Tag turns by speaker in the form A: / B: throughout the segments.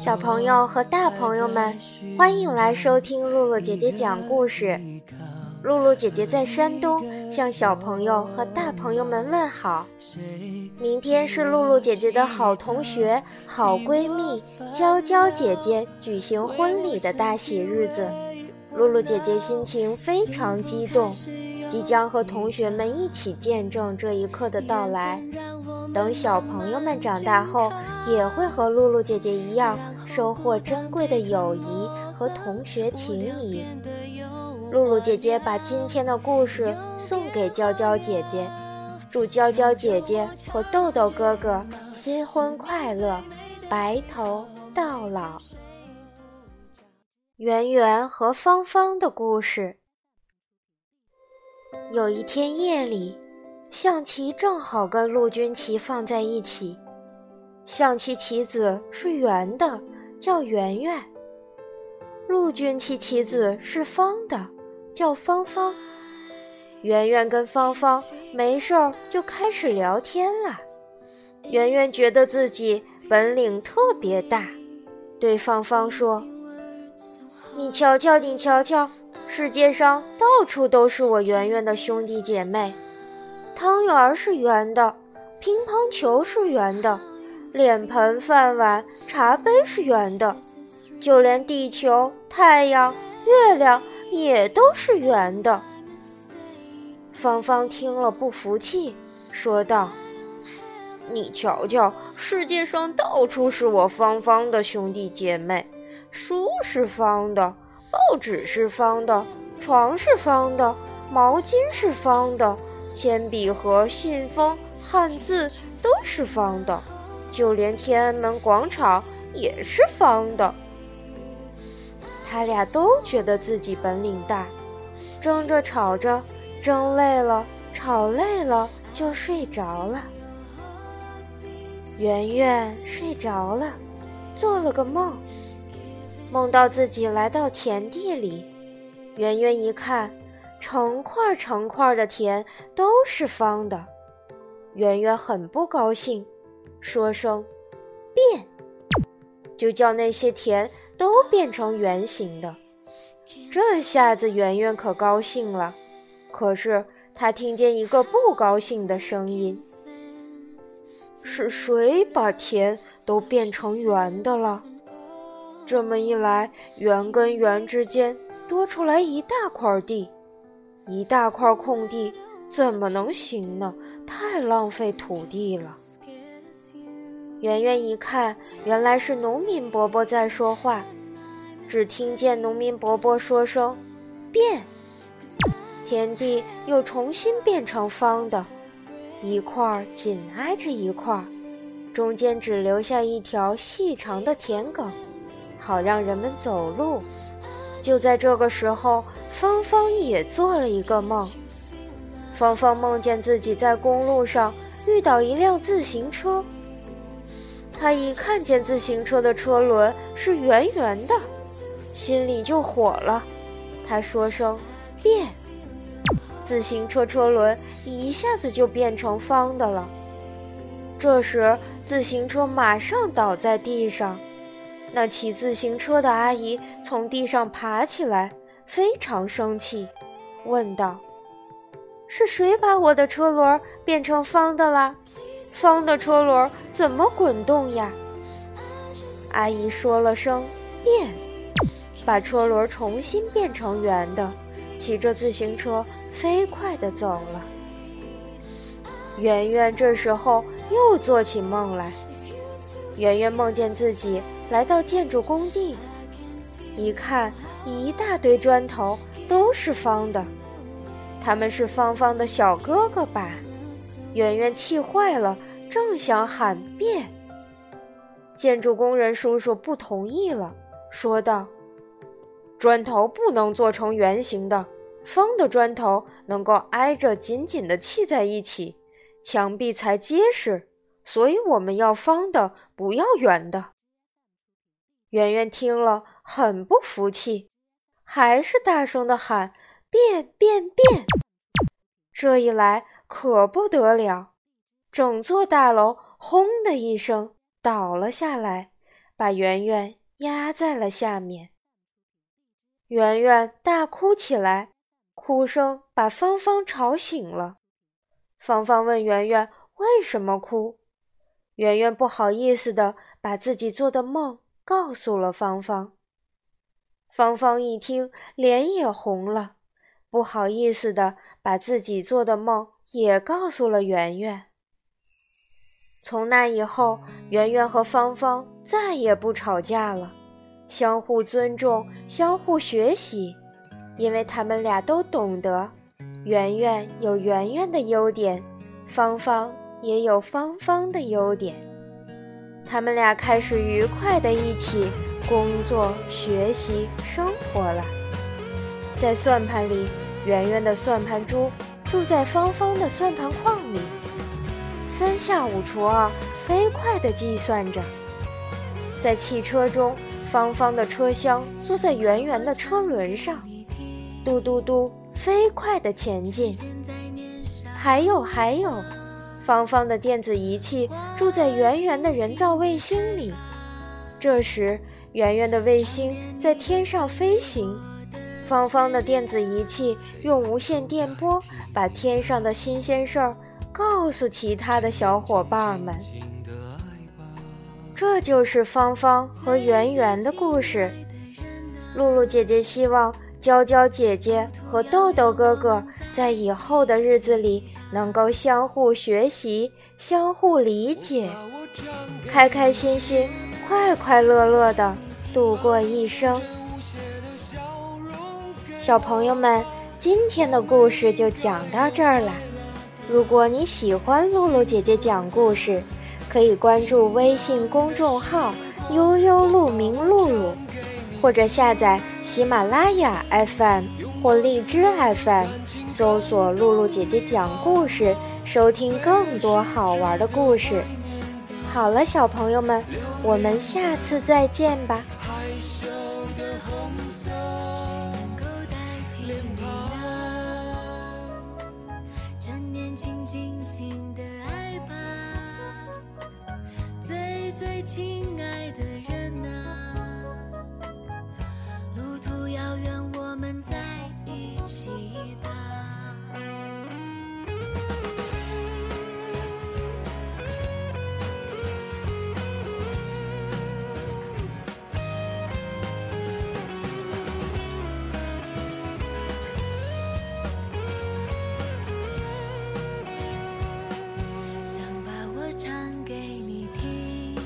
A: 小朋友和大朋友们，欢迎来收听露露姐姐讲故事。露露姐姐在山东向小朋友和大朋友们问好。明天是露露姐姐的好同学、好闺蜜娇娇姐姐举行婚礼的大喜日子，露露姐姐心情非常激动，即将和同学们一起见证这一刻的到来。等小朋友们长大后，也会和露露姐姐一样收获珍贵的友谊和同学情谊。露露姐姐把今天的故事送给娇娇姐姐，祝娇娇姐姐和豆豆哥哥新婚快乐，白头到老。圆圆和芳芳的故事。有一天夜里，象棋正好跟陆军棋放在一起，象棋棋子是圆的，叫圆圆；陆军棋棋子是方的，叫芳芳。圆圆跟芳芳没事儿就开始聊天了。圆圆觉得自己本领特别大，对芳芳说：“你瞧瞧，你瞧瞧，世界上到处都是我圆圆的兄弟姐妹。汤圆是圆的，乒乓球是圆的，脸盆、饭碗、茶杯是圆的，就连地球、太阳、月亮也都是圆的。”芳芳听了不服气，说道：“你瞧瞧，世界上到处是我芳芳的兄弟姐妹，书是方的，报纸是方的，床是方的，毛巾是方的，铅笔盒、信封、汉字都是方的，就连天安门广场也是方的。”他俩都觉得自己本领大，争着吵着，争累了，吵累了就睡着了。圆圆睡着了，做了个梦，梦到自己来到田地里。圆圆一看，成块成块的田都是方的。圆圆很不高兴，说声变，就叫那些田都变成圆形的。这下子圆圆可高兴了，可是她听见一个不高兴的声音：“是谁把田都变成圆的了？这么一来，圆跟圆之间多出来一大块地，一大块空地怎么能行呢？太浪费土地了。”圆圆一看，原来是农民伯伯在说话，只听见农民伯伯说声变，田地又重新变成方的，一块紧挨着一块，中间只留下一条细长的田埂，好让人们走路。就在这个时候，芳芳也做了一个梦。芳芳梦见自己在公路上遇到一辆自行车，她一看见自行车的车轮是圆圆的，心里就火了。她说声变，自行车车轮一下子就变成方的了。这时自行车马上倒在地上，那骑自行车的阿姨从地上爬起来，非常生气，问道：“是谁把我的车轮变成方的啦？方的车轮怎么滚动呀？”阿姨说了声变，把车轮重新变成圆的，骑着自行车飞快地走了。圆圆这时候又做起梦来。圆圆梦见自己来到建筑工地，一看一大堆砖头都是方的，他们是芳芳的小哥哥吧？圆圆气坏了，正想喊变，建筑工人叔叔不同意了，说道：“砖头不能做成圆形的，方的砖头能够挨着紧紧地砌在一起，墙壁才结实，所以我们要方的，不要圆的。”圆圆听了很不服气，还是大声地喊变变变。这一来可不得了，整座大楼轰的一声倒了下来， 把圆圆压在了下面。圆圆大哭起来，哭声把芳芳吵醒了。芳芳问圆圆为什么哭，圆圆不好意思地把自己做的梦告诉了芳芳。芳芳一听，脸也红了，不好意思地把自己做的梦也告诉了圆圆。从那以后，圆圆和芳芳再也不吵架了，相互尊重，相互学习，因为他们俩都懂得，圆圆有圆圆的优点，芳芳也有芳芳的优点。他们俩开始愉快地一起工作、学习、生活了。在算盘里，圆圆的算盘珠住在芳芳的算盘框里，3下5除2，飞快地计算着。在汽车中，芳芳的车厢坐在圆圆的车轮上，嘟嘟嘟，飞快地前进。还有，芳芳的电子仪器住在圆圆的人造卫星里。这时，圆圆的卫星在天上飞行，芳芳的电子仪器用无线电波把天上的新鲜事儿告诉其他的小伙伴们。这就是芳芳和圆圆的故事。露露姐姐希望娇娇姐姐和豆豆哥哥在以后的日子里能够相互学习，相互理解，开开心心，快快乐乐地度过一生。小朋友们，今天的故事就讲到这儿了。如果你喜欢露露姐姐讲故事，可以关注微信公众号悠悠鹿鸣露露，或者下载喜马拉雅 FM 或荔枝 FM， 搜索露露姐姐讲故事，收听更多好玩的故事。好了，小朋友们，我们下次再见吧。
B: 最亲爱的人啊，路途遥远，我们在一起吧。想把我唱给你听，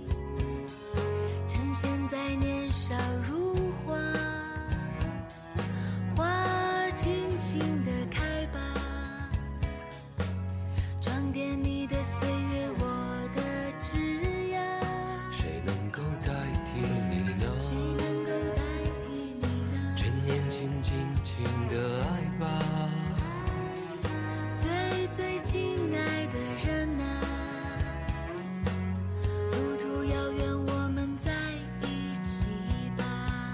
B: 现在年少如花，花儿尽情地开吧，装点你的岁月，我的枝桠。
C: 谁能够代替你呢？
B: 谁能够代替你呢？
C: 趁年轻，尽情的爱吧。
B: 最亲爱的人啊，路途遥远，我们在一起吧。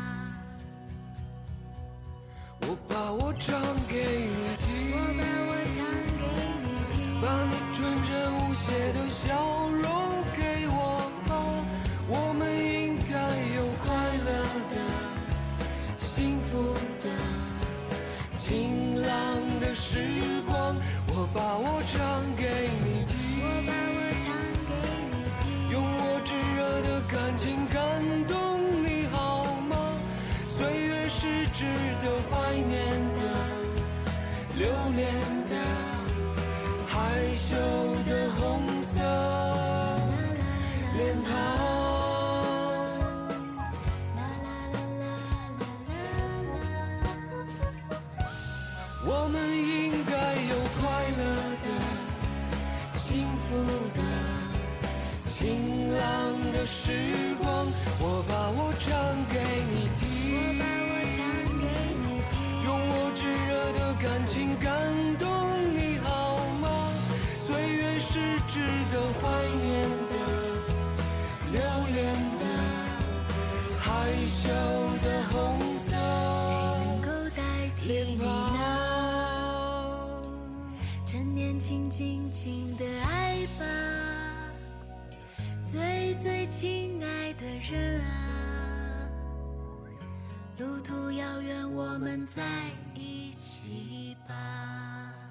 C: 我把我唱给你听，
B: 我把我唱给你听，
C: 把你纯真无邪的笑容给我吧。我们应该有快乐的、幸福的、晴朗的时光。我把我唱给你听，
B: 我把我唱给你听，
C: 用我炙热的感情感动你好吗？岁月是值得怀念的、留恋的、害羞的红色脸庞。我们应该有快乐的、幸福的、晴朗的时光。我把我唱给你听，
B: 我把我唱给你听，
C: 用我炙热的感情感动你好吗？岁月是值得怀念的、留恋的、害羞的红色
B: 谁能够代替你呢？趁年轻，尽情的爱吧，最亲爱的的人啊，路途遥远，我们在一起吧。